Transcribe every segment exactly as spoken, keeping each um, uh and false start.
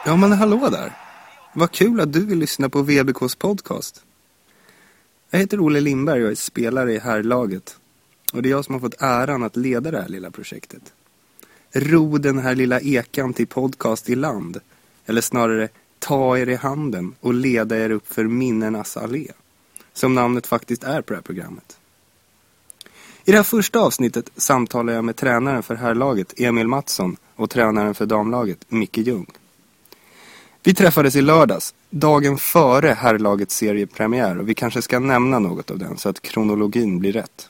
Ja, men hallå där. Vad kul att du vill lyssna på V B K:s podcast. Jag heter Olle Lindberg och jag är spelare i herrlaget. Och det är jag som har fått äran att leda det här lilla projektet. Ro den här lilla ekan till podcast i land. Eller snarare ta er i handen och leda er upp för minnenas allé. Som namnet faktiskt är på det här programmet. I det här första avsnittet samtalar jag med tränaren för herrlaget Emil Mattsson och tränaren för damlaget Micke Ljung. Vi träffades i lördags, dagen före herrlagets seriepremiär, och vi kanske ska nämna något av den så att kronologin blir rätt.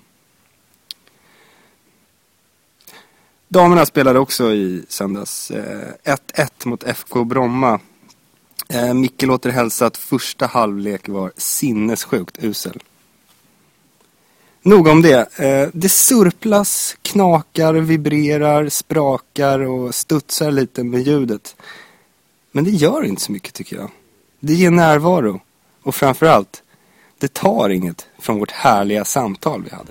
Damerna spelade också i söndags ett ett mot F K Bromma. Micke låter hälsa att första halvlek var sinnessjukt usel. Nog om det. Det surplas, knakar, vibrerar, sprakar och studsar lite med ljudet. Men det gör inte så mycket, tycker jag. Det ger närvaro. Och framförallt, det tar inget från vårt härliga samtal vi hade.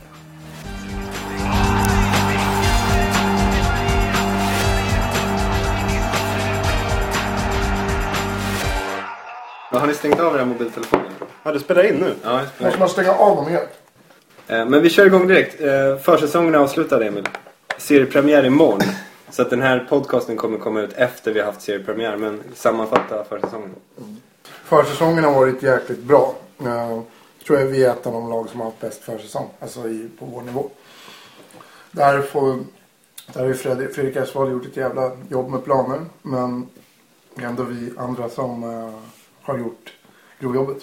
Har ni stängt av era mobiltelefoner? Ja, det spelar in nu. Ja, spelar in. Måste man stänga av dem helt? Men vi kör igång direkt. Försäsongen är avslutad, Emil. Seriepremiär imorgon. Så att den här podcasten kommer komma ut efter vi har haft seriepremiär. Men sammanfatta försäsongen. Mm. Försäsongen har varit jäkligt bra. Jag tror jag vi är ett av de lag som har haft bäst försäsong. Alltså i, på vår nivå. Där, får, där har ju Fredrik, Fredrik Esvald gjort ett jävla jobb med planer. Men ändå vi andra som uh, har gjort grovjobbet.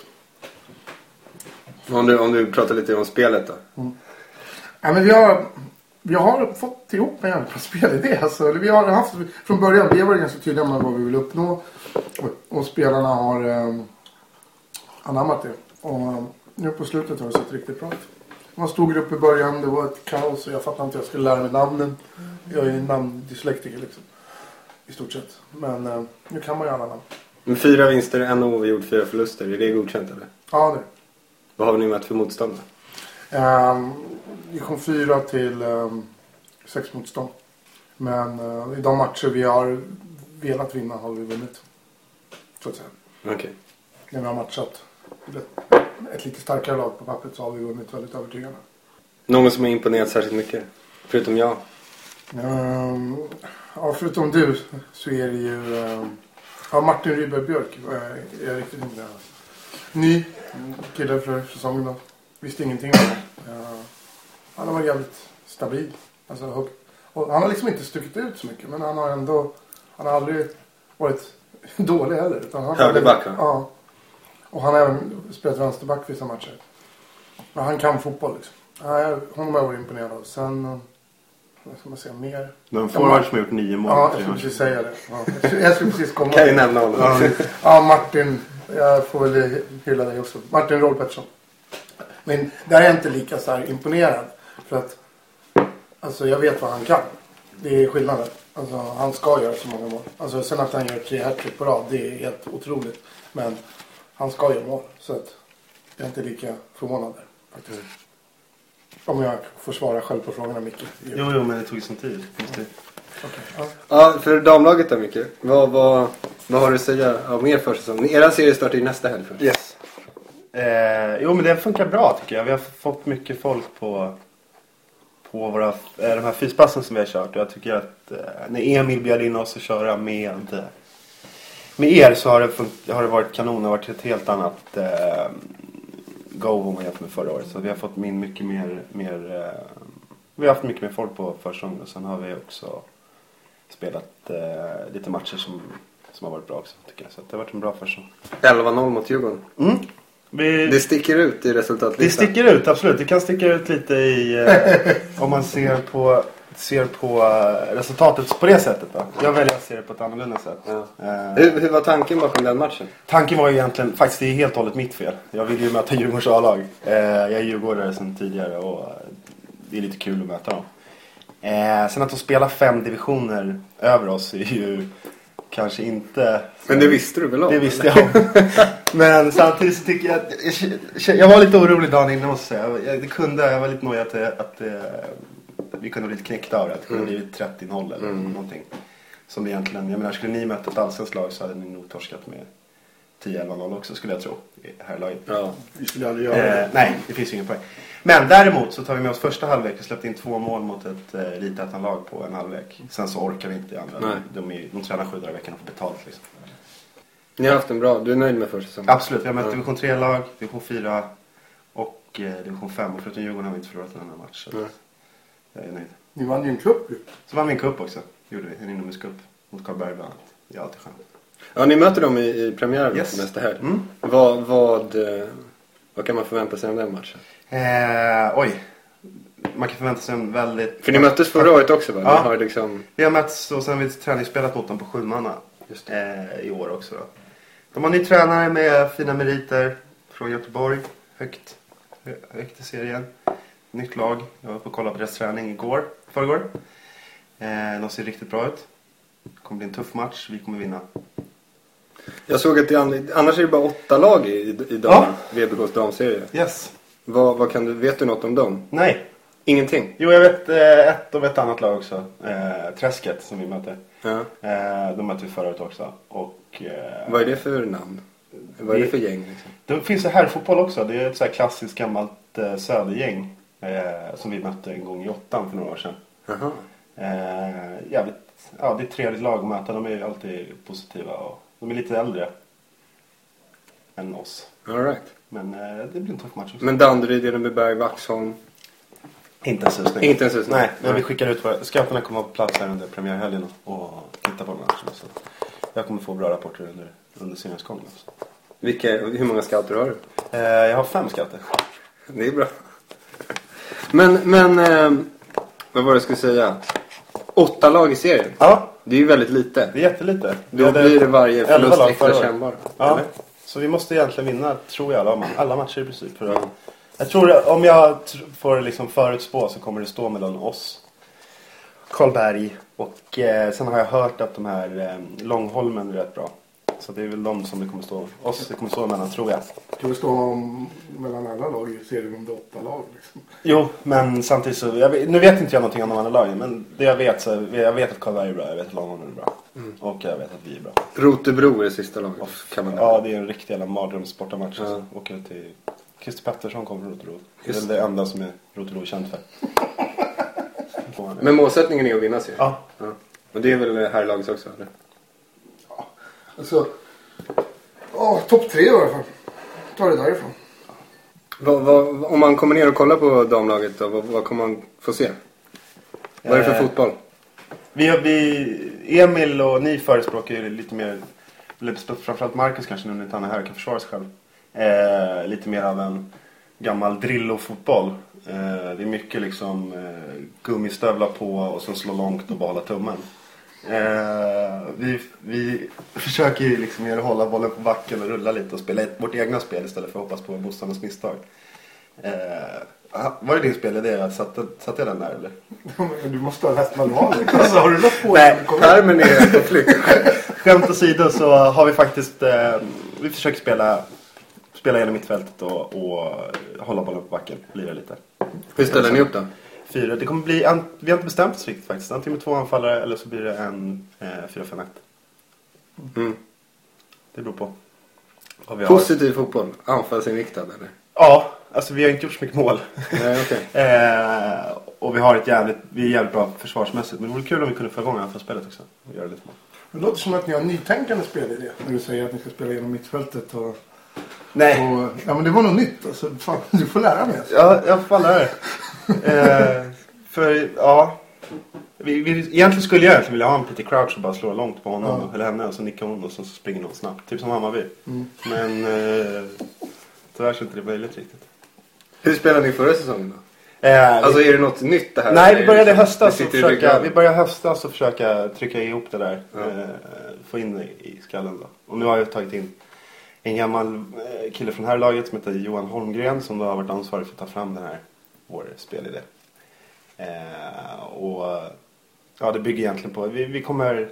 Om du, om du pratar lite om spelet då? Mm. Ja, men vi har... Vi har fått ihop en jävla spelidé. Alltså, vi har haft, från början, vi var ganska tydliga med vad vi vill uppnå. Och, och spelarna har eh, anammat det. Och eh, nu på slutet har det sett riktigt bra ut. Det var en stor grupp i början, det var ett kaos. Och jag fattade inte att jag skulle lära mig namnen. Jag är ju namndyslektiker liksom. I stort sett. Men eh, nu kan man ju alla namn. Men fyra vinster, en oavgjord, fyra förluster. Är det godkänt eller? Ja, det. Vad har ni mött för motstånd då? Um, vi kom fyra till um, sex motstånd. Men uh, i de matcher vi har velat vinna har vi vunnit. Så att säga. Okej. Okay. När vi har matchat ett lite starkare lag på pappret så har vi vunnit väldigt övertygande. Någon som har imponerat särskilt mycket? Förutom jag? Um, ja, förutom du så är det ju um, ja, Martin Ryberg Björk. Jag är riktigt imponerad. Ny kille för säsongen då. Visste ingenting om det. Uh, han har varit jävligt stabil. Alltså, hög. Och han har liksom inte stuckit ut så mycket. Men han har ändå... Han har aldrig varit dålig heller. Utan han Högerback, har, ja. Och han har även spelat vänsterback vissa matcher. Men han kan fotboll liksom. Ja, hon har varit imponerad av. Sen... Vad ska man säga mer? De forward som har gjort nio mål. Ja, jag skulle precis säga det. Ja. Jag skulle precis komma. Kan ju nämna honom. Ja, ja, Martin... Jag får väl hylla dig också. Martin Roll Pettersson. Men där är jag inte lika så här imponerad. För att alltså, jag vet vad han kan. Det är skillnaden. Alltså, han ska göra så många mål. Alltså, sen att han gör tre hattrick på rad, det är helt otroligt. Men han ska göra mål. Så att jag är inte lika förvånad där, faktiskt. Mm. Om jag får svara själv på frågorna, Micke. Jo, jo, men det tog ju sån tid. Just det. Okay, ja. Ja, för damlaget då, Micke. Vad, vad, vad har du att säga om er försäsong? Era serie startar ju nästa helg först. Yes. Eh, jo, men det funkar bra tycker jag. Vi har fått mycket folk på, på våra, eh, de här fyspassen som vi har kört. Och jag tycker att eh, när Emil bjöd in oss att köra med, med er så har det, fun- har det varit kanon. Det har varit ett helt annat eh, go om man jämfört med förra året. Så vi har fått in mycket mer, mer eh, vi har haft mycket mer folk på försäsongen. Och sen har vi också spelat eh, lite matcher som, som har varit bra också tycker jag. Så det har varit en bra försäsong. elva noll mot Djurgården. Mm. Vi... Det sticker ut i resultatlistan. Det sticker ut, absolut. Det kan sticka ut lite i eh, om man ser på, ser på uh, resultatet på det sättet. Då. Jag väljer att se det på ett annorlunda sätt. Ja. Uh, hur, hur var tanken bakom den matchen? Tanken var ju egentligen, faktiskt det är helt och hållet mitt fel. Jag vill ju möta Djurgårdens A-lag. Uh, jag är djurgårdare sedan tidigare och uh, det är lite kul att möta dem. Uh, sen att de spelar fem divisioner över oss är ju kanske inte... Men det visste du väl om? Det visste jag om. Men samtidigt så tycker jag att... Jag, jag var lite orolig dagen innan måste jag säga. Jag, det kunde, jag var lite nöjd att, att, att vi kunde bli lite knäckta av det. Att det kunde bli trettio noll eller mm. någonting. Som egentligen, jag menar, skulle ni möta ett allsvenskt lag så hade ni nog torskat med tio elva noll också, skulle jag tro, i här laget. Ja, vi skulle aldrig göra det. Eh, nej, det finns ju ingen poäng. Men däremot så tar vi med oss första halvlek och släppte in två mål mot ett eh, elitettan-lag på en halvlek. Sen så orkar vi inte i andra. Nej. De, de, de tränar sju dagar i veckan och får betalt liksom. Ni har haft en bra, du är nöjd med första säsongen? Absolut, vi har mött Ja. division tre-lag, division fyra och eh, division fem. Och förutom Djurgården har vi inte förlorat en annan match. Så Nej. jag är nöjd. Ni vann ju en cup ju. Så vann vi en cup också, gjorde vi. En inomhuscup mot Karlberg bland annat. Det är alltid skönt. Ja, ni möter dem i, i premiären Yes. nästa helg. Mm. Vad, vad, eh, vad kan man förvänta sig om den matchen? Eh, oj, man kan förvänta sig en väldigt... För ni möttes förra året också, va? Ja. Ni har liksom... Vi har mötts och sen har vi träningsspelat mot dem på sju manna. Just det. Eh, i år också då. De har ny tränare med fina meriter från Göteborg. Högt, hö, högt i serien. Nytt lag. Jag var på och kollade på deras träning igår, förrgår. Eh, de ser riktigt bra ut. Det kommer bli en tuff match. Vi kommer vinna. Jag såg att det, an- annars är det bara åtta lag i, i, i dam, Ja. V B K:s damserie. Yes. Vad, vad kan du, vet du något om dem? Nej. Ingenting? Jo, jag vet eh, ett av ett annat lag också. Eh, Träsket som vi möter. Ja. Eh, de mötte vi förra året också. Och, eh, Vad är det för namn? Vad är det för gäng liksom? det finns det här fotboll också. Det är ett så här klassiskt gammalt eh, södergäng. Eh, som vi mötte en gång i åttan för några år sedan. Jaha. Eh, jävligt, ja, det är ett trevligt lag att möta. De är ju alltid positiva. Och de är lite äldre än oss. All right. Men eh, det blir en tuff match också. Men Danderyd, Edenbyberg, Vaxholm? Inte en susning. Inte en susning. Nej, men vi skickar ut våra... Scouterna kommer på plats här under premiärhelgen och titta på matchen. Så jag kommer få bra rapporter under, under seriens gång. Vilka, hur många scouter har du? Eh, jag har fem scouter. Det är bra. Men, men eh, vad var det jag skulle säga? Åtta lag i serien. Ja, Det är ju väldigt lite. det är jättelite. Då hade blir det varje elva förlust lag extra förra året. kännbar. Ja, Eller? så vi måste egentligen vinna, tror jag, alla, alla matcher i princip. För att, jag tror, om jag tr- får liksom förutspå så kommer det stå mellan oss, Karlberg och eh, sen har jag hört att de här eh, Långholmen är rätt bra. Så det är väl de som det kommer stå, oss det kommer stå mellan, tror jag. Det kommer stå om, mellan alla lag i serien om det är åtta lag liksom. Jo, men samtidigt så, jag vet, nu vet inte jag någonting om de andra lagen, men det jag vet så, jag vet att Karlberg är bra, jag vet att Långholmen är bra. Och jag vet att vi är bra. Rotebro är det sista laget. Kan man Ja, det är en riktig jävla mardrömssportamatch. Ja. Ja. Åker till Christer Pettersson kommer från Rotebro. Det är Just väl det enda som är Rotebro känt för. Men målsättningen är att vinna serien. Ja. Ja. Och det är väl här laget också, eller? Alltså, ja, topp tre i alla fall. Ta det därifrån. Vad, vad, om man kommer ner och kollar på damlaget då, vad, vad kommer man få se? Vad är det för Eh, fotboll? Vi, har- vi, Emil och ni förespråkar ju lite mer, eller framförallt Marcus kanske nu när inte han är här kan försvara sig själv. Eh, lite mer av en gammal drillo-fotboll. Eh, det är mycket liksom eh, gummistövlar på och sen slå långt och behålla tummen. Eh, vi, vi försöker ju liksom mer hålla bollen på backen och rulla lite och spela ett, vårt egna spel istället för att hoppas på motståndarnas misstag. Eh, var det din spelidé? Satte, satte jag den där eller? Du måste ha läst manualen. Alltså, har du läst på? Nej, Skärmen är på flykt. Skämt åsido så har vi faktiskt eh, vi försöker spela spela genom mittfältet och, och hålla bollen på backen och lira lite. Hur ställer ni upp då? Fyra. Det kommer bli an, vi har inte bestämt oss riktigt faktiskt. Antingen med två anfallare eller så blir det en eh, fyra fem ett. Mm. Det beror på vad vi har. Positiv fotboll, anfallsinriktad eller? Ja, alltså vi har inte gjort så mycket mål. Nej, okej. eh, och vi har ett jävligt vi är jävligt bra försvarsmässigt. Men det vore kul om vi kunde få igång anfallsspelet också och göra lite mål. Det låter som att ni har nytänkande spelidé. När du säger att ni ska spela genom mittfältet och... Nej. och ja, men det var nog nytt. Alltså, fan, du får lära mig. Alltså. Ja, jag faller eh, För, ja vi, vi, egentligen skulle jag egentligen vilja ha en Peter Crouch och bara slå långt på honom Ja. eller henne och så nickar hon och så springer någon snabbt. Typ som Hammarby. Mm. Men eh, tyvärr så är inte det möjligt riktigt. Hur spelade ni förra säsongen då? eh, Alltså är det något nytt det här? Nej, Eller vi började är det liksom- höstas det och sitter i försöka, ryggraden? vi började höstas och försöka trycka ihop det där. Ja. Eh, få in det i skallen då. Och nu har jag tagit in en gammal eh, kille från här laget som heter Johan Holmgren som då har varit ansvarig för att ta fram den här vår spelidé. Eh, och ja, det bygger egentligen på vi, vi kommer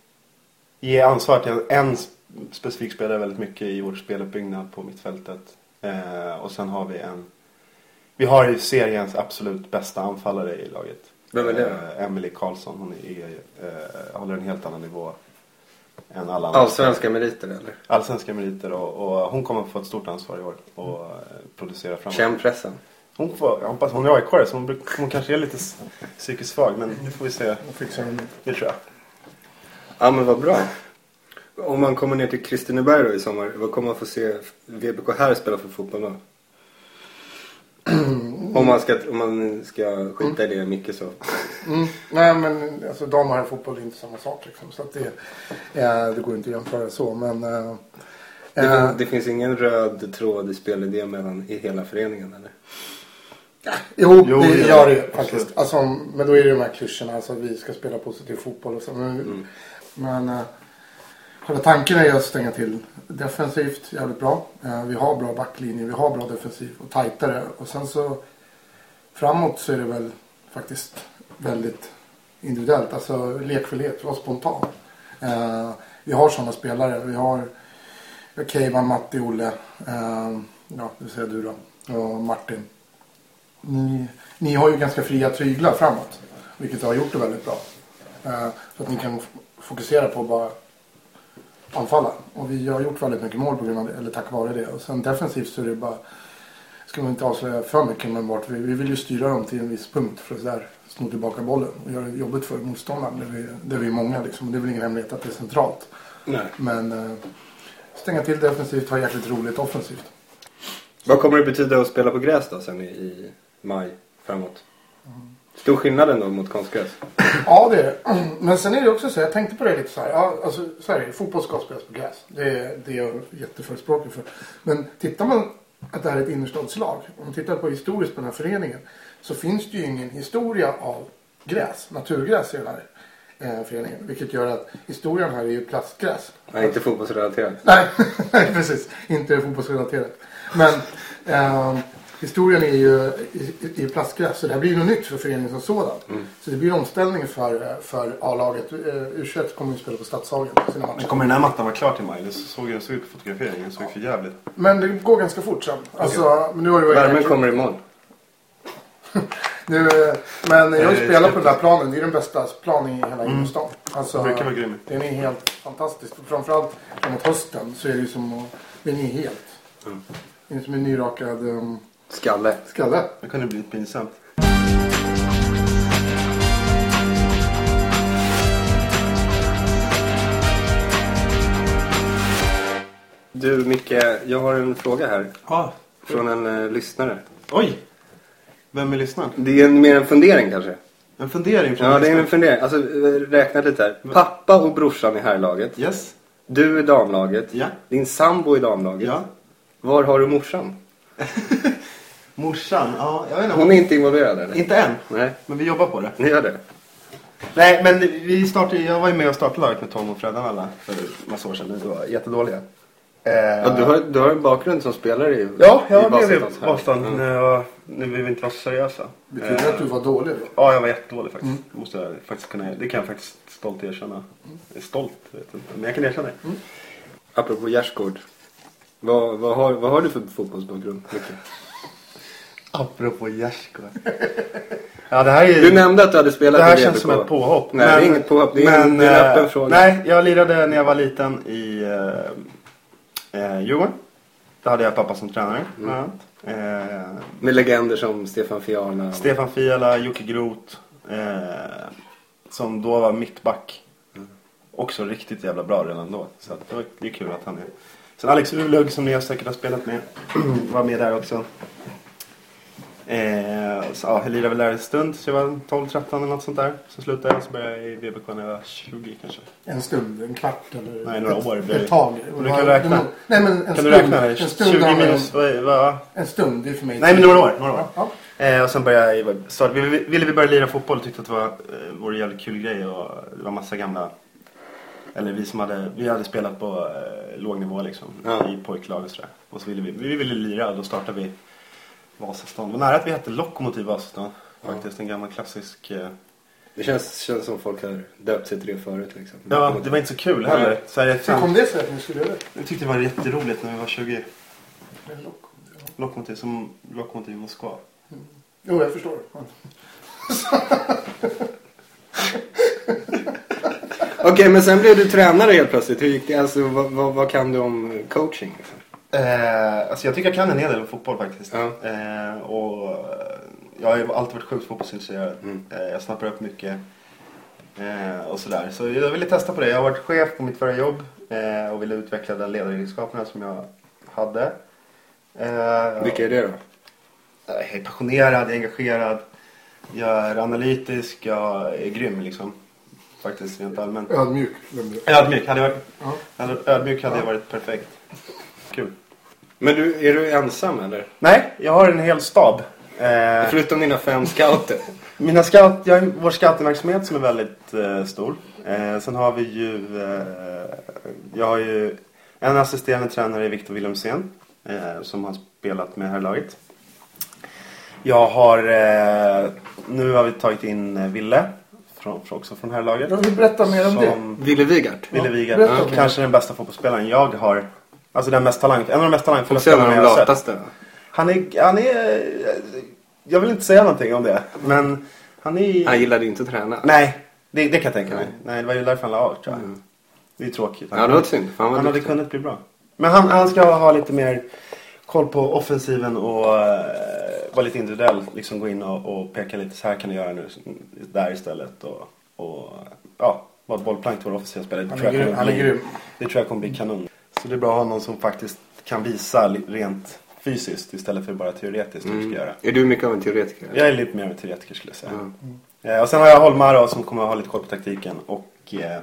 ge ansvar till en specifik spelare väldigt mycket i vår speluppbyggnad på mittfältet. Eh, och sen har vi en vi har ju seriens absolut bästa anfallare i laget Vem är det? Eh, Emily Karlsson. Hon är, eh, håller en helt annan nivå än alla andra. Allsvenska meriter eller? Allsvenska meriter och, och hon kommer få ett stort ansvar i år och eh, producera framåt. Känn pressen. Hon får, jag hoppas hon är A I K så hon, hon kanske är lite psykiskt svag, men nu får vi se. Det tror jag. Ja, men vad bra. Om man kommer ner till Kristineberg då i sommar, vad kommer man få se V B K här spela för fotboll då? Om man ska, om man ska skita i det mycket så. Mm. Nej, men alltså damar och fotboll är inte samma sak liksom, så att det, eh, det går inte att jämföra så, men eh, det, eh, det finns ingen röd tråd i spelidé mellan i hela föreningen eller? Jo, Jo, det det gör det absolut. faktiskt. Alltså, men då är det de här klyschorna, alltså vi ska spela positiv fotboll och så. Men, Mm. men äh, själva tanken är att stänga till defensivt jävligt bra. Äh, vi har bra backlinje, vi har bra defensiv och tajtare. Och sen så framåt så är det väl faktiskt väldigt individuellt. Alltså lek för lek, var spontan. Äh, vi har sådana spelare. Vi har Keivan, Matti, Olle. Äh, ja, det säger du då. Och Martin. Ni, ni har ju ganska fria tyglar framåt, vilket har gjort det väldigt bra. Eh, så att ni kan f- fokusera på att bara anfalla. Och vi har gjort väldigt mycket mål på grund av det, eller tack vare det. Och sen defensivt så är det bara, ska man inte avslöja för mycket, men vart vi, vi vill ju styra dem till en viss punkt för att där sno tillbaka bollen och göra det jobbigt för motståndaren. Där vi, där vi är många liksom. Det är väl ingen hemlighet att det är centralt. Nej. Men eh, stänga till defensivt, ha jäkligt roligt offensivt. Vad kommer det betyda att spela på gräs då sen i, i maj framåt? Stor skillnad ändå mot konstgräs. Ja, det är det. Men sen är det också så, jag tänkte på det lite så här. Ja, alltså, så här är det, fotboll ska spelas på gräs. Det är, det är jag jätteförespråkare för. Men tittar man att det här är ett innerstadslag. Om man tittar på historiskt på den här föreningen. Så finns det ju ingen historia av gräs. Naturgräs i den här eh, föreningen. Vilket gör att historien här är ju plastgräs. Nej, inte fotbollsrelaterat. Nej, nej precis. Inte fotbollsrelaterat. Men eh, historien är ju i, i, i plastgräs. Så det här blir ju något nytt för föreningen som sådan. Mm. Så det blir en omställning för, för A-laget. Uh, U tjugoett kommer ju spela på Stadshagen. Men kommer den här mattan vara klar till maj? Det såg jag såg ut på fotograferingen. Det såg för jävligt. Men det går ganska fort sen. Alltså, okay. Men nu har det Värmen varit... kommer imorgon. nu, men jag har ju spelat på den där planen. Det är den bästa planen i hela mm. innerstan. Alltså, det brukar vara grym. Den är helt fantastisk. Framförallt framåt hösten så är det ju som att... Den är helt... Mm. Det är som en nyrakad... Um, Skalle. Skalle. Det kan det bli pinsamt. Du Micke, jag har en fråga här. Ja. Från en uh, lyssnare. Oj! Vem är lyssnaren? Det är en, mer en fundering kanske. En fundering från Ja, det är en fundering. Alltså, räkna lite här. Pappa och brorsan i herrlaget. Yes. Du är damlaget. Ja. Din sambo i damlaget. Ja. Var har du morsan? Morsan, ja, jag vet inte. Hon är inte involverad eller? Inte än. Nej. Men vi jobbar på det. Ni gör det? Nej, men vi startade, jag var ju med och startade laget med Tom och Freddan alla för massa år sedan. Det var jättedåliga. Eh, ja, du, har, du har en bakgrund som spelare i Ja, jag var med i Boston. Boston. Mm. Nu, nu vill vi inte vara så seriösa. Betyder det eh, att du var dålig då? Ja, jag var jättedålig faktiskt. Mm. Det, måste jag faktiskt kunna, det kan jag faktiskt stolt erkänna. Mm. Jag är stolt, vet inte, men jag kan erkänna det. Mm. Apropå Gärsgård. Vad, vad, har, vad har du för fotbollsbakgrund? Mycket? Apropå Gärsgård. Ja, det här är, du nämnde att du hade spelat det här i känns som ett påhopp. Nej, men, det är inget påhopp. Det är, men, en, det är en öppen fråga. Nej, jag lirade när jag var liten i eh, eh, Djurgården. Då hade jag pappa som tränare. Mm. Eh, Med legender som Stefan Fiala. Stefan Fiala, Jocke Groth. Eh, som då var mittback. Mm. Också riktigt jävla bra redan då. Så att det, var, det är kul att han är. Sen Alex Ulug som ni har säkert har spelat med. Var med där också. Eh, så, ja, jag lirade väl där en stund. Så jag var tolv tretton eller något sånt där. Så slutade jag. Så började jag i V B K när jag var tjugo kanske. En stund, en kvart eller nej, några ett, år. Ett, ett tag. Du kan räkna. Må, nej, men en kan stund, du räkna? En stund tjugo minus vad? Va? En stund, det är för mig. Nej, men några år. Några år. Ja, ja. Eh, och sen började jag... Så vi, ville vi börja lira fotboll och tyckte att det var, eh, var en jävligt kul grej. Och det var massa gamla... Eller vi som hade... Vi hade spelat på eh, låg nivå liksom. Ja. I pojklag och sådär. Och så ville vi... Vi ville lira och då startade vi Vasastan. Det var nära att vi hette Lokomotiv Vasastan. Faktiskt ja. En gammal klassisk... Eh... Det känns, känns som folk har döpt sig till det förut liksom. Ja, det var inte så kul heller. Så här, hur kom det sig att ni skulle göra det? Jag tyckte det var jätteroligt när vi var tjugo. Lokomotiv som Lokomotiv Moskva. Mm. Jo, jag förstår. Okej, okay, men sen blev du tränare helt plötsligt. Hur gick det? Alltså, vad, vad, vad kan du om coaching? Eh, alltså jag tycker jag kan en hel del om fotboll faktiskt. Ja. Eh, och jag har ju alltid varit sjukt fotbollsintresserad. Mm. Eh, jag snappar upp mycket. Eh, och sådär. Så jag ville testa på det. Jag har varit chef på mitt förra jobb. Eh, och ville utveckla den ledaregenskaperna som jag hade. Eh, Vilka är det då? Jag är passionerad, jag är engagerad. Jag är analytisk, jag är grym liksom. Faktiskt rent allmänt. Ödmjuk. Ödmjuk hade jag varit, ja. hade, ödmjuk hade ja. jag varit perfekt. Kul. Men du, är du ensam eller? Nej, jag har en hel stab. Eh, Förutom dina fem scouter. Mina scout, jag har vår scoutingverksamhet som är väldigt eh, stor. Eh, sen har vi ju, eh, jag har ju en assisterande tränare, Victor Wilhelmsen, eh, som har spelat med här laget. Jag har, eh, nu har vi tagit in eh, Ville, från, också från här laget. Jag vill berätta mer om som, det. Ville Vigart. Ville Vigart, ja, kanske den bästa fotbollsspelaren jag har. Alltså den mest talang, en av de mest talangfulla spelarna jag har sett. Han är, han är, jag vill inte säga någonting om det, men han är... Han gillade inte att träna. Nej, det, det kan jag tänka mig. Nej, det var ju därför han la av, tror jag. Mm. Det är tråkigt. Ja, det var synd. Han, han hade kunnat bli bra. Men han, han ska ha lite mer koll på offensiven och uh, vara lite individuell. Liksom gå in och, och peka lite, så här kan du göra nu, där istället. Och, och ja, vara ett bollplank till vår offensiva spelare. Han är grym. Han är grym. Det tror jag kommer bli kanon. Så det är bra att ha någon som faktiskt kan visa rent fysiskt istället för bara teoretiskt hur mm. du ska göra. Är du mycket av en teoretiker? Jag är lite mer av en teoretiker skulle jag säga. Mm. Eh, och sen har jag Holmar då, som kommer att ha lite koll på taktiken. Och eh,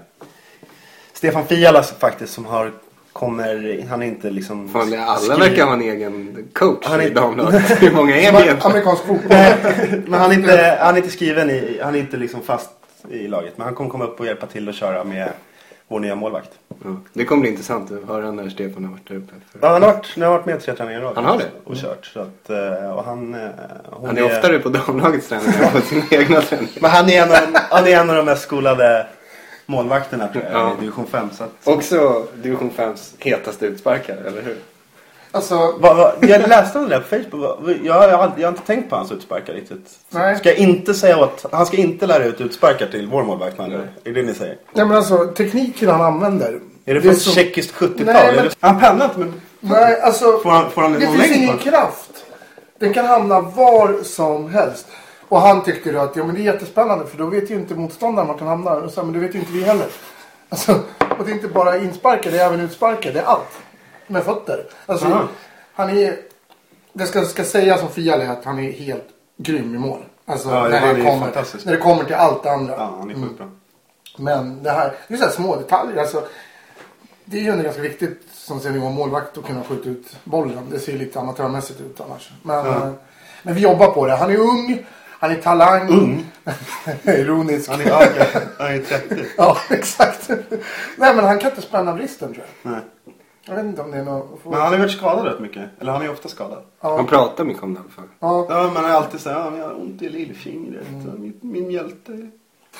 Stefan Fiala faktiskt som har kommer, han är inte liksom... Fan, alla skriv... verkar ha en egen coach han är, i damlaget. Hur många är egentligen? Amerikansk fotboll. Men han är, inte, han är inte skriven i, han är inte liksom fast i laget. Men han kommer komma upp och hjälpa till att köra med vår nya målvakt. Ja. Det kommer bli intressant att höra när Stefan har varit där uppe. För... Ja, han har varit, han har varit med tre träningar i rad. Han har det? Och kört. Så att, och han, han är, är oftare på damlagets träningar på sin egna träning. Men han är, en av, han är en av de mest skolade målvakterna tror jag, ja. I division fem. Så att... Också division fems hetaste utsparkare, eller hur? Alltså... Va, va, jag läste det där på Facebook. Jag, jag, jag, jag har inte tänkt på hans utsparkar riktigt. Nej. Ska jag inte säga att han ska inte lära ut utsparkar till vår målvakt? Är det det ni säger? Nej, men alltså tekniken han använder. Är det från det så... tjeckiskt sjuttiotal? Nej, men... Han pennar inte, men... Nej, alltså... Får han, får han det finns ingen kraft. Den kan hamna var som helst. Och han tyckte då att ja, men det är jättespännande. För då vet ju inte motståndaren vart han hamnar. Och så, men det vet ju inte vi heller. Alltså, och det är inte bara insparkar, det är även utsparkar. Det är allt. Med fötter. Alltså, Aha. han är... Det ska, ska säga som Fiala är att han är helt grym i mål. Alltså, ja, när, det kommer, när det kommer till allt det andra. Ja, han är sjukt bra. Mm. Men det här, det är så här små detaljer. Alltså, det är ju ganska viktigt som senior målvakt att kunna skjuta ut bollen. Det ser ju lite amatörmässigt ut annars. Men, ja. men vi jobbar på det. Han är ung. Han är talang. Ung? Ironisk. Han är, ja, han är trettio. Ja, exakt. Nej, men han kan inte spänna bristen, tror jag. Nej. Jag vet inte om det är något... Men han har varit skadad rätt mycket. Eller han är ofta skadad. Ja. Han pratar mycket om det i alla fall. Ja. Ja, man är alltid så här, ja, jag har ont i lillfingret. Mm. Min, min hjälte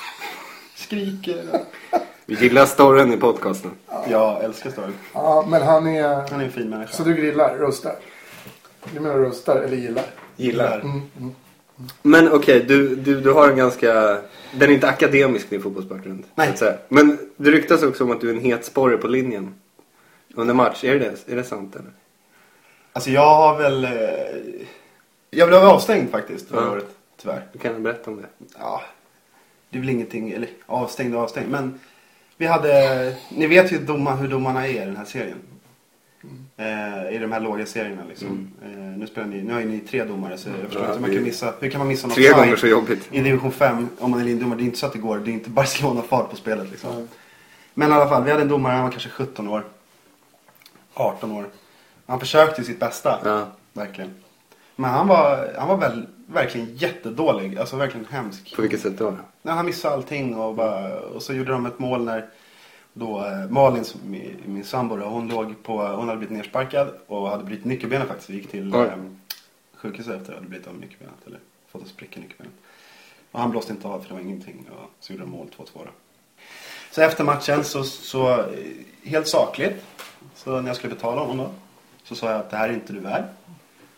skriker. Vi gillar storyn i podcasten. Ja, jag älskar storyn. Ja, men han är... Han är en fin människa. Så du grillar, röstar? Du menar röstar eller gillar? Gillar. Mm, mm, mm. Men okej, okay, du, du, du har en ganska... Den är inte akademisk, din fotbollsbakgrund. Nej. Men det ryktas också om att du är en het sporre på linjen. Under match, är det, är det sant eller? Alltså jag har väl... Eh, jag blev avstängd faktiskt förra ja. året, tyvärr. Du kan berätta om det. Ja, det är väl ingenting, eller avstängd och avstängd. Men vi hade... Ni vet ju domar, hur domarna är i den här serien. Mm. Eh, I de här låga serierna liksom. Mm. Eh, nu, spelar ni, nu har ju ni tre domare så jag förstår ja, inte man kan missa. Hur kan man missa något? Tre gånger så jobbigt. I division fem, om man är lindomare, det är inte så att det går. Det är inte Barcelona-fart på spelet liksom. Mm. Men i alla fall, vi hade en domare, han var kanske sjutton år. arton år. Han försökte sitt bästa. Ja. Verkligen. Men han var, han var väl, verkligen jättedålig. Alltså verkligen hemsk. På vilket sätt då? Nej, han missade allting. Och, bara, och så gjorde de ett mål när då, eh, Malin, som, min, min sambo, hon låg på, hon hade blivit nersparkad. Och hade blivit nyckelbenet faktiskt. Vi gick till eh, sjukhuset efter att hade blivit av nyckelbenet. Eller fått en spricka i nyckelbenet. Och han blåste inte av för det var ingenting. Och så gjorde de mål två två då. Så efter matchen så, så helt sakligt. Så när jag skulle betala honom då, så sa jag att det här är inte du värd.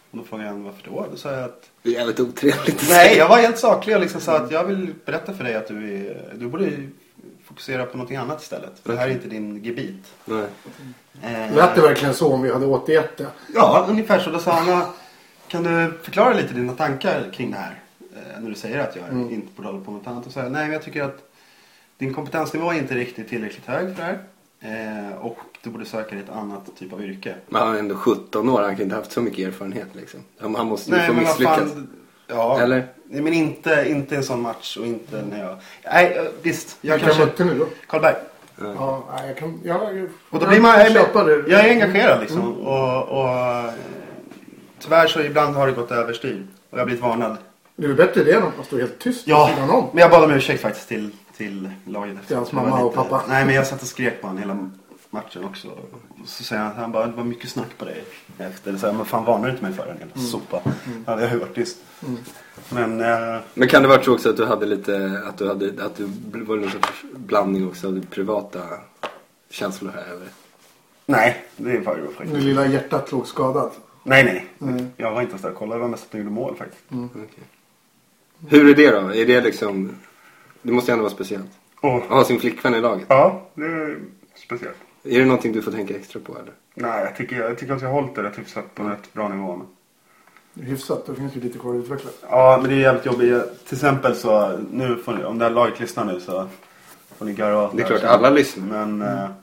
Och då frågade han varför då? Då sa jag att... Det är jävligt otrevligt. Nej, jag var helt saklig och liksom sa att jag vill berätta för dig att du, är, du borde fokusera på något annat istället. För det här är inte din gebit. Nej. Eh, Lät det verkligen så om vi hade återgett det? Ja, ungefär så. Då sa han, kan du förklara lite dina tankar kring det här? Eh, när du säger att jag mm. inte borde hålla på med något annat. Och säga, nej, men jag tycker att din kompetensnivå är inte riktigt tillräckligt hög för det här. Eh, och du borde söka dig ett annat typ av yrke. Men han är ändå sjutton år, han kan inte haft så mycket erfarenhet liksom. Han måste ju nej, få men misslyckas. Fan, ja, eller? Nej, men inte, inte en sån match och inte när jag... Nej, visst. Jag jag kanske... kan nu då? Karlberg. Ja, ja jag kan... Jag, jag, och då blir man... Jag, jag, jag är engagerad liksom. Mm. Och, och tyvärr så ibland har det gått överstyr. Och jag har blivit varnad. Det är bättre det än att man står helt tyst. Ja, men jag bad om ursäkt faktiskt till, till laget. Till hans mamma och pappa. Nej, men jag satt och skrek på honom hela matchen också. Och så säger han, han bara, det var mycket snack på dig efter. Så här, men fan varnar du inte mig för den jävla mm. sopa? Mm. Ja, det har ju varit tyst. Mm. Men, äh... men kan det vara så också att du hade lite, att du hade, att du var en blandning också av privata känslor här över? Nej, det var ju faktiskt. Det lilla hjärtat låg skadat. Nej, nej. Mm. Jag var inte ens där och kollade. Det var mest att jag gjorde mål faktiskt. Mm. Okay. Hur är det då? Är det liksom... Det måste ju ändå vara speciellt. Oh. Att ha sin flickvän i laget. Ja, det är speciellt. Är det någonting du får tänka extra på eller? Nej, jag tycker, jag tycker att jag har hållit det rätt hyfsat på ett bra nivå. Men... Hyfsat? Det finns ju lite kvar att utveckla. Ja, men det är jävligt jobbigt. Till exempel så... Nu får ni, om det här laget lyssnar nu så får ni garva åt. Det är klart, alla lyssnar. Men... Mm. Eh,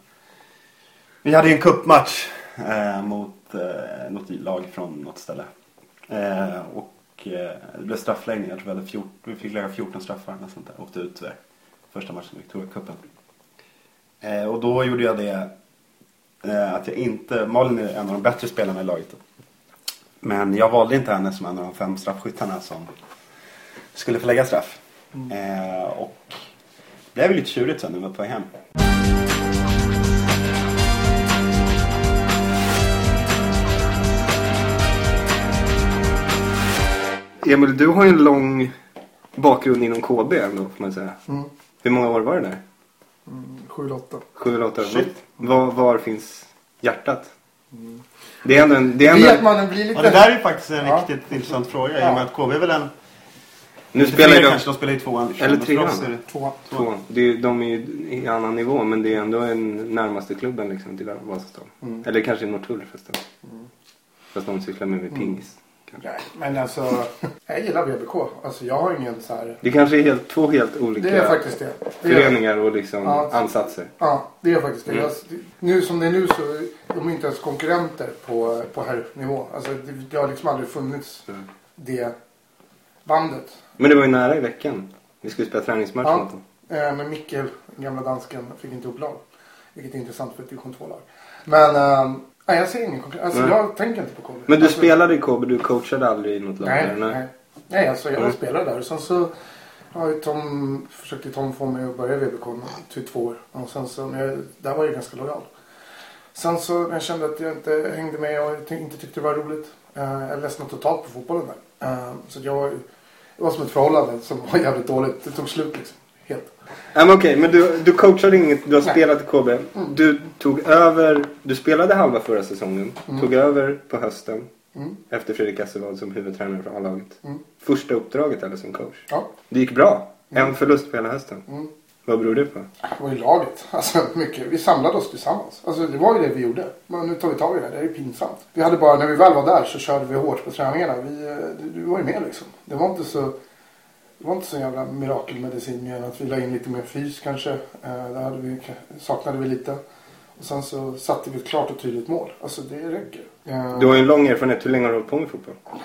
vi hade ju en cupmatch eh, mot eh, något lag från något ställe. Eh, och det blev straffläggning. Jag tror vi, hade fjorton, vi fick lägga fjorton straffar eller sånt där. Åkte ut där. Första matchen i Victoria-cupen. Eh, och då gjorde jag det eh, att jag inte... Malin är en av de bättre spelarna i laget. Men jag valde inte henne som en av de fem straffskyttarna som skulle få lägga straff. Mm. Eh, och det är väl lite tjurigt sen när vi var på väg hem. Emil, du har ju en lång bakgrund inom K B ändå, får man säga. Mm. Hur många år var det där? Mm, sju eller åtta. Sju eller åtta. Var, var finns hjärtat? Mm. Det är ändå en... Det, är ändå... det, man blir lite... ja, det där är faktiskt en ja. riktigt intressant fråga. Ja. I och med att K B är väl en... Nu spelar de... kanske de spelar i tvåan. Eller trean. Tvåan. Tvåan. Det är, de är ju i annan nivå, men det är ändå en närmaste klubben liksom till Vasastan. Mm. Eller kanske i Norrtull förresten. Mm. Fast de cyklar med, med mm. pingis. Nej, men alltså, jag gillar V B K. Alltså jag har ingen så här... Det kanske är helt, två helt olika det är faktiskt det. Det föreningar och liksom ja, ansatser. Ja, det är faktiskt det. Mm. Jag, nu som det är nu så de är inte ens konkurrenter på, på här nivå. Alltså det, det har liksom aldrig funnits mm. det bandet. Men det var ju nära i veckan. Vi skulle spela träningsmatch ja, mot dem. Eh, men Mikkel, den gamla dansken, fick inte upp lag. Vilket är intressant för ett division två-lag. Men... Eh, nej, jag ser ingen konkurrens. Alltså, mm. jag tänker inte på K B. Men du alltså, spelade i K B, du coachade aldrig i något lag? Nej, där, nej. nej. Nej, alltså jag mm. spelade där. Och sen så ja, Tom, försökte Tom få mig att börja i V B K till två år. Och sen så, men jag, där var jag ganska lojal. Sen så när jag kände att jag inte hängde med och inte tyckte det var roligt. Uh, jag ledsnade totalt på fotbollen där. Uh, så jag var, det var som ett förhållande som var jävligt dåligt. Det tog slut liksom. Helt. Ja, men okej, men du, du coachade inget, du har Nej. spelat i K B. Mm. Du tog över, du spelade halva förra säsongen. Mm. Tog över på hösten. Mm. Efter Fredrik Asselvad som huvudtränare för A-laget. Mm. Första uppdraget eller som coach. Ja. Det gick bra. Mm. En förlust på hela hösten. Mm. Vad beror det på? Det var ju laget. Alltså mycket. Vi samlade oss tillsammans. Alltså det var ju det vi gjorde. Men nu tar vi tag i det. Det är ju pinsamt. Vi hade bara, när vi väl var där så körde vi hårt på träningarna. Vi, du var ju med liksom. Det var inte så... Det var inte så jävla mirakelmedicin mer än att vi la in lite mer fys kanske. Eh, där hade vi, saknade vi lite. Och sen så satte vi ett klart och tydligt mål. Alltså det räcker. Eh, du har ju en lång erfarenhet. Hur länge har du hållit på med fotboll? Ja,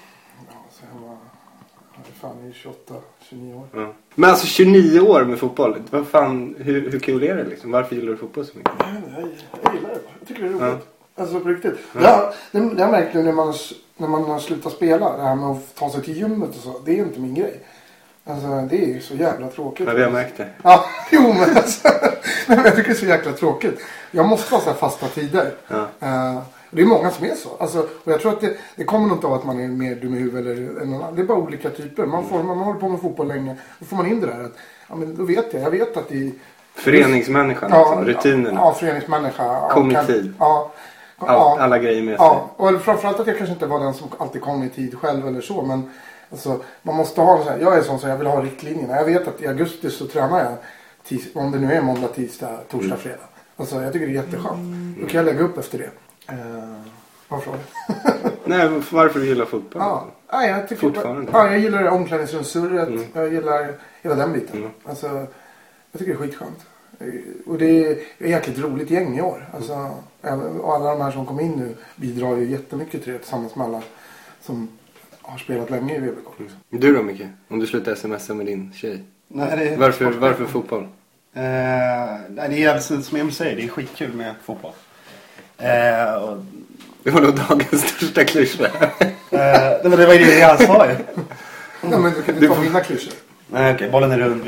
så jag var... Fan, i tjugoåtta, tjugonio år. Ja. Men alltså tjugonio år med fotboll. Vad fan, hur, hur kul är det liksom? Varför gillar du fotboll så mycket? Nej, jag, jag gillar det. Jag tycker det är roligt. Ja. Alltså på riktigt. Ja. Ja, det, det har märkt nu när man, när man har slutat spela. Det här med att ta sig till gymmet och så. Det är inte min grej. Alltså det är ju så jävla tråkigt. Ja, vi har märkt det. Ja, jo men alltså. Men jag tycker det är så jäkla tråkigt. Jag måste ha så här fasta tider. Ja. Uh, det är många som är så. Alltså, och jag tror att det, det kommer nog inte av att man är mer dum i huvudet eller en annan. Det är bara olika typer. Man, får, man håller på med fotboll länge. Då får man in det där. Att, ja, men då vet jag. Jag vet att det... Föreningsmänniskan, ja, alltså, rutinerna. Ja, föreningsmänniska. Kognitiv. Ja, All, ja. Alla grejer med sig. Ja, och framförallt att jag kanske inte var den som alltid kom i tid själv eller så. Men alltså, man måste ha så här, jag är sån som jag vill ha riktlinjerna. Jag vet att i augusti så tränar jag, tis, om det nu är måndag, tisdag, torsdag, mm. fredag. Alltså jag tycker det är jätteskönt. Mm. Då kan jag lägga upp efter det. Uh, vad frågar Nej, varför du gillar fotboll? Ja, ja jag tycker fortfarande. Ja, jag gillar omklädningsrumssurret. Mm. Jag gillar hela den biten. Mm. Alltså, jag tycker det är skitskönt. Och det är ett jäkligt roligt gäng i år. Alltså, och alla de här som kom in nu bidrar ju jättemycket till det tillsammans med alla som har spelat länge i V B K. Mm. Du då, Micke? Om du slutar smsa med din tjej. Nej, det är varför, varför fotboll? Eh, nej, det är som jag säger, det är skitkul med fotboll. Eh, och... Det var nog dagens största klyscha. eh, det var det det jag sa ju. Nej, men du kan inte ta mina klyschor. Nej, okej, okay, bollen är rund.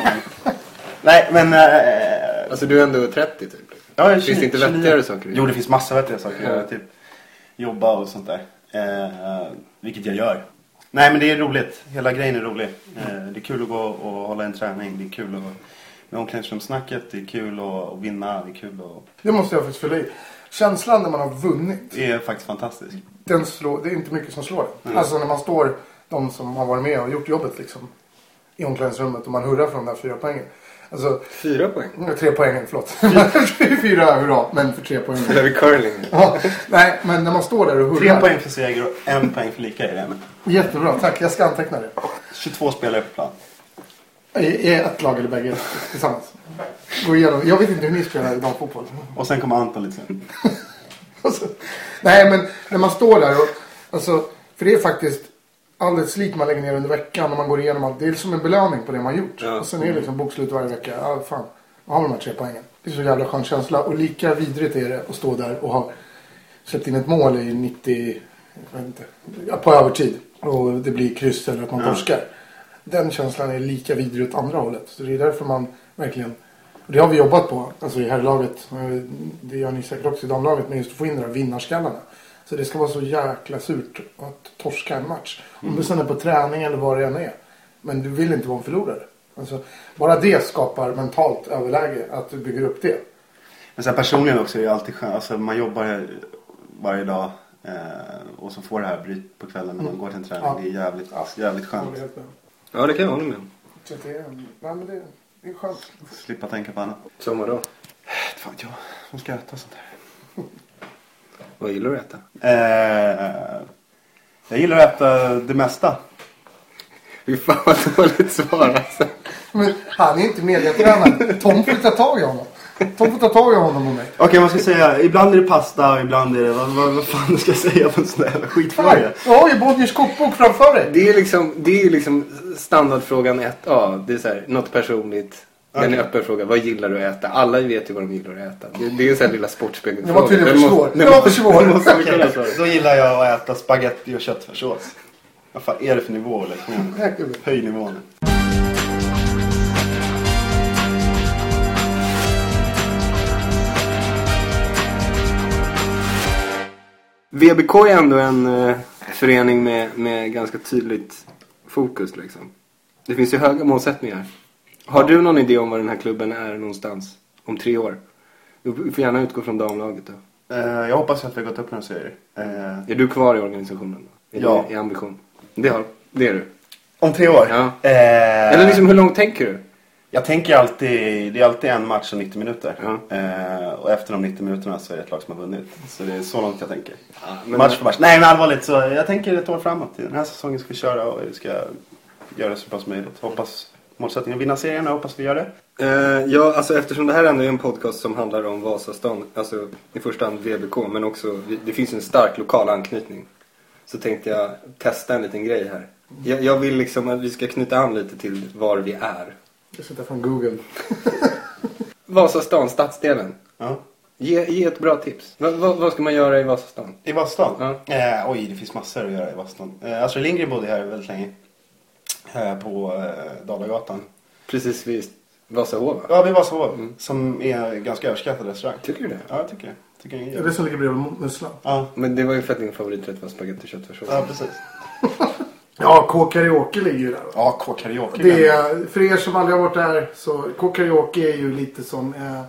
Nej, men... Eh, alltså du är ändå trettio typ. Ja, finns det inte vettigare saker? Jo, det finns massa vettigare saker. Ja. Jag, typ jobba och sånt där. Eh, vilket jag gör. Nej, men det är roligt. Hela grejen är rolig. Eh, det är kul att gå och hålla en träning. Det är kul att med omklädningsrumssnacket. Det är kul att vinna. Det är kul att... Det måste jag faktiskt fylla i. Känslan när man har vunnit. Det är faktiskt fantastiskt. Den slår, det är inte mycket som slår det. Mm. Alltså när man står, de som har varit med och gjort jobbet liksom. I omklädningsrummet och man hurrar från de där fyra poängen. Alltså, fyra poäng? Tre poäng, förlåt. Fyra hurra, men för tre poäng. Det är vi curling. Ja, nej, men när man står där och hurrar. Tre poäng för seger och en poäng för lika är det. Men... Jättebra, tack. Jag ska anteckna det. tjugotvå spelare på plan. I ett lag eller bägge tillsammans. Gå igenom. Jag vet inte hur ni spelar i damfotboll. Och sen kommer Anton lite sen. alltså, nej, men när man står där och... Alltså, för det är faktiskt... Alldeles slit man lägger ner under veckan när man går igenom allt. Det är som en belöning på det man gjort. Ja. Och sen är det liksom bokslut varje vecka. Ja, fan. Vad har de här tre poängen? Det är så jävla skön känsla. Och lika vidrigt är det att stå där och ha släppt in ett mål i nittio... Jag vet inte. På övertid. Och det blir kryss eller att man torskar. Ja. Den känslan är lika vidrig åt andra hållet. Så det är därför man verkligen... Och det har vi jobbat på. Alltså i herrlaget. Det gör ni säkert också i damlaget. Men just att få in de här vinnarskallarna. Så det ska vara så jäkla surt att torska en match. Om du sen är på träning eller vad det än är. Men du vill inte vara en förlorare. Alltså, bara det skapar mentalt överläge att du bygger upp det. Men sen personligen också är det alltid skönt. Alltså man jobbar varje dag eh, och så får det här bryt på kvällen när man mm. går till en träning. Ja. Det är jävligt, ja. jävligt skönt. Ja, det, ja, det kan jag hålla med. Så det, är, nej, men det, det är skönt. Slippa tänka på annat. Sommar då? Fan, ja. Vad ska jag äta sånt här? Vad gillar du att äta? Eh, jag gillar att äta det mesta. Fy fan vad dåligt svar alltså. Men han är inte mediatränad. Tom får ta tag i honom. Tom får ta tag i honom och mig. Okej, okay, man ska säga, ibland är det pasta och ibland är det, vad, vad, vad fan ska jag säga på en sån här skitfråga? Du har ju Bonniers kokbok framför dig. Det är liksom, det är liksom standardfrågan ett A. Det är så här, något personligt. Den är öppen fråga. Vad gillar du att äta? Alla vet ju vad de gillar att äta. Det, det är en sån här lilla sportspegelfråga. Det var tydligen för svår. Det var för svår. Okay, då gillar jag att äta spaghetti och köttfärssås. Vad fan är det för nivå? Liksom? Höj nivån. V B K är ändå en uh, förening med, med ganska tydligt fokus. Liksom. Det finns ju höga målsättningar. Har du någon idé om var den här klubben är någonstans om tre år? Du får gärna utgå från damlaget då. Uh, jag hoppas att vi har gått upp några serier. Uh, är du kvar i organisationen då? Är ja. Det, i ambition? Det, har, det är du. Om tre år? Ja. Uh, Eller liksom hur långt tänker du? Jag tänker alltid, det är alltid en match och nittio minuter. Ja. Uh, och efter de nittio minuterna så är det ett lag som har vunnit. Så det är så långt jag tänker. Ja, men match för match. Nej, men allvarligt så jag tänker ett år framåt. Den här säsongen ska vi köra och vi ska göra det så bra som möjligt. Hoppas målsättningen att vinna serien. Jag hoppas vi gör det. Uh, ja, alltså eftersom det här ändå är en podcast som handlar om Vasastan. Alltså i första hand V B K. Men också, det finns en stark lokal anknytning. Så tänkte jag testa en liten grej här. Jag, jag vill liksom att vi ska knyta an lite till var vi är. Jag sitter från Google. Vasastan, stadsdelen. Ja. Ge, ge ett bra tips. Va, va, vad ska man göra i Vasastan? I Vasastan? Ja. Eh, oj, det finns massor att göra i Vasastan. Eh, Astrid Lindgren bodde här väldigt länge. Här på eh, Dalagatan. Precis vid Vasahov. Ja, vid Vasahov. Mm. Som är en ganska överskattad restaurang. Tycker du det? Ja, jag tycker det. Tycker jag är det som ligger bredvid Musslan? Ja. Men det var ju för att din favoriträtt var spagetti och köttfärssås. Ja, precis. Ja, K-karaoke ligger ju där. Ja, K-karaoke. Det är, för er som aldrig har varit där så K-karaoke är ju lite som eh,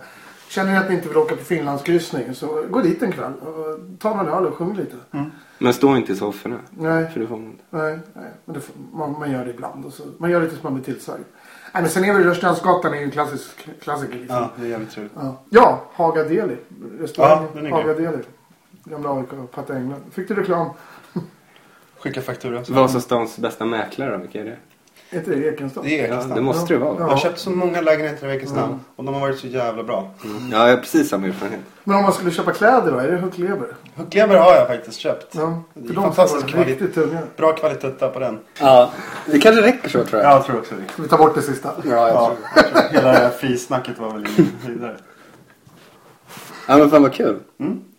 Känner ni att ni inte vill åka på Finlandskryssning så gå dit en kväll. Och ta en öl och sjung lite. Mm. Men stå inte i sofforna. Nej. För det får man inte. Nej, nej. Men det får, man, man gör det ibland. Och så, man gör det tills man blir tillsagd. Nej, men sen är väl Rörstrandsgatan är ju en klassisk klassiker. Liksom. Ja, det är jävligt trevligt. Ja, ja Haga Deli. Restaurang Ja, den är Haga Deli. Gamla A I K och Patta England. Fick du reklam? Skicka faktura. Vasastans bästa mäklare då, vilka är det? Är inte det Ekenstad? Det är Ja, Ekenstam. det måste det vara. Ja. Jag har köpt så många lägenheter i Ekenstam. Mm. Och de har varit så jävla bra. Mm. Ja, jag har precis samma erfarenhet. Men om man skulle köpa kläder då? Är det Huckleber? Huckleber har jag faktiskt köpt. Ja, Det är för de fantastisk får kvalitet. riktigt tunga. Bra kvalitet där på den. Ja, det kanske räcker så tror jag. Ja, jag tror också det. Ska vi ta bort det sista? Ja, jag Ja, tror jag tror hela det här frisnacket var väl ingen vidare. Ja, men fan vad kul. Mm.